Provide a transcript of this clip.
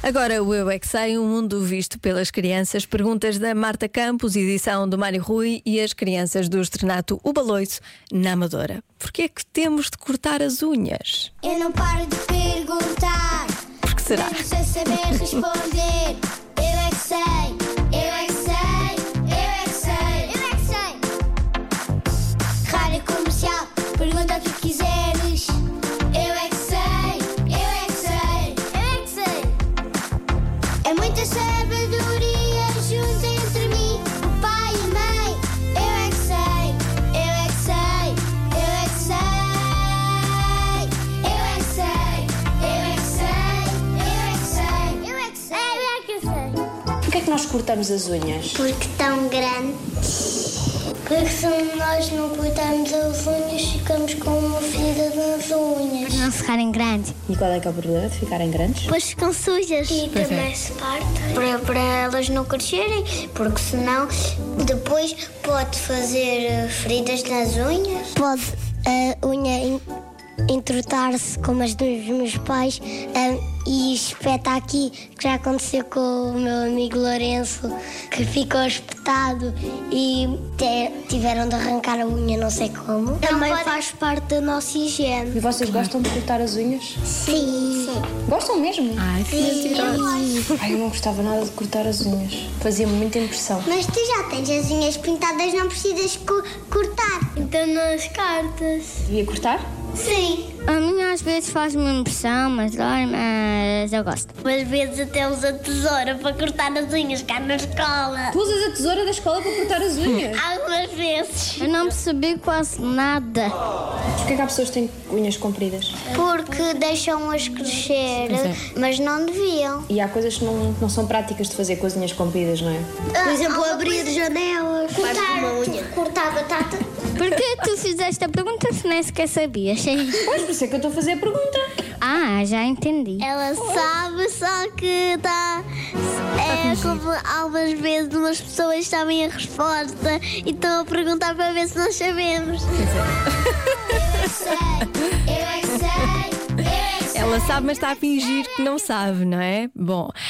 Agora o Eu é que Sei, um mundo visto pelas crianças. Perguntas da Marta Campos, edição do Mário Rui e as crianças do Estrenato O Baloiço, na Amadora. Porquê é que temos de cortar as unhas? Eu não paro de perguntar. Por que será? Mesmo sem saber responder. Eu é que sei, eu é que sei, eu é que sei, eu é que sei. Rádio Comercial, pergunta o que quiseres. Eu é que sei, eu é que sei, eu é que sei. É muita sabedoria junto entre mim, o pai e a mãe. Eu é que sei, eu é que sei, eu é que sei. Eu é que sei, eu é que sei, eu é que sei, eu é que sei, eu é que sei. Porquê é que nós cortamos as unhas? Porque estão grandes. Porque se nós não cortarmos as unhas, ficamos com uma ferida nas unhas. Não ficarem grandes. E qual é que é o problema de ficarem grandes? Depois ficam sujas. E também se partem. Para elas não crescerem, porque senão depois pode fazer feridas nas unhas. Pode a unha entrotar-se como as dos meus pais e espeta aqui, que já aconteceu com o meu amigo Lourenço, que ficou espetado e tiveram de arrancar a unha, não sei como. Também faz parte da nossa higiene. E vocês gostam de cortar as unhas? Sim. Gostam mesmo? Ai, que mentiroso. Ai, eu não gostava nada de cortar as unhas. Fazia-me muita impressão. Mas tu já tens as unhas pintadas, não precisas cortar. Então nas cartas. Devia cortar? Sim. A minha às vezes faz-me impressão, mas dói, mas eu gosto. Às vezes até usa tesoura para cortar as unhas cá na escola. Tu usas a tesoura da escola para cortar as unhas? Algumas vezes. Eu não percebi quase nada. Porquê é que há pessoas que têm unhas compridas? Porque deixam-as crescer, mas não deviam. E há coisas que não são práticas de fazer com as unhas compridas, não é? Por exemplo, abrir janelas. Cortar batata. Porquê tu fizeste a pergunta se nem sequer sabias? Pois, por isso é que eu estou a fazer a pergunta. Ah, já entendi. Ela sabe, só que dá. É como algumas vezes umas pessoas sabem a resposta e estão a perguntar para ver se nós sabemos. Eu é que sei, eu é que sei, eu é que sei. Ela sabe, mas está a fingir que não sabe, não é? Bom,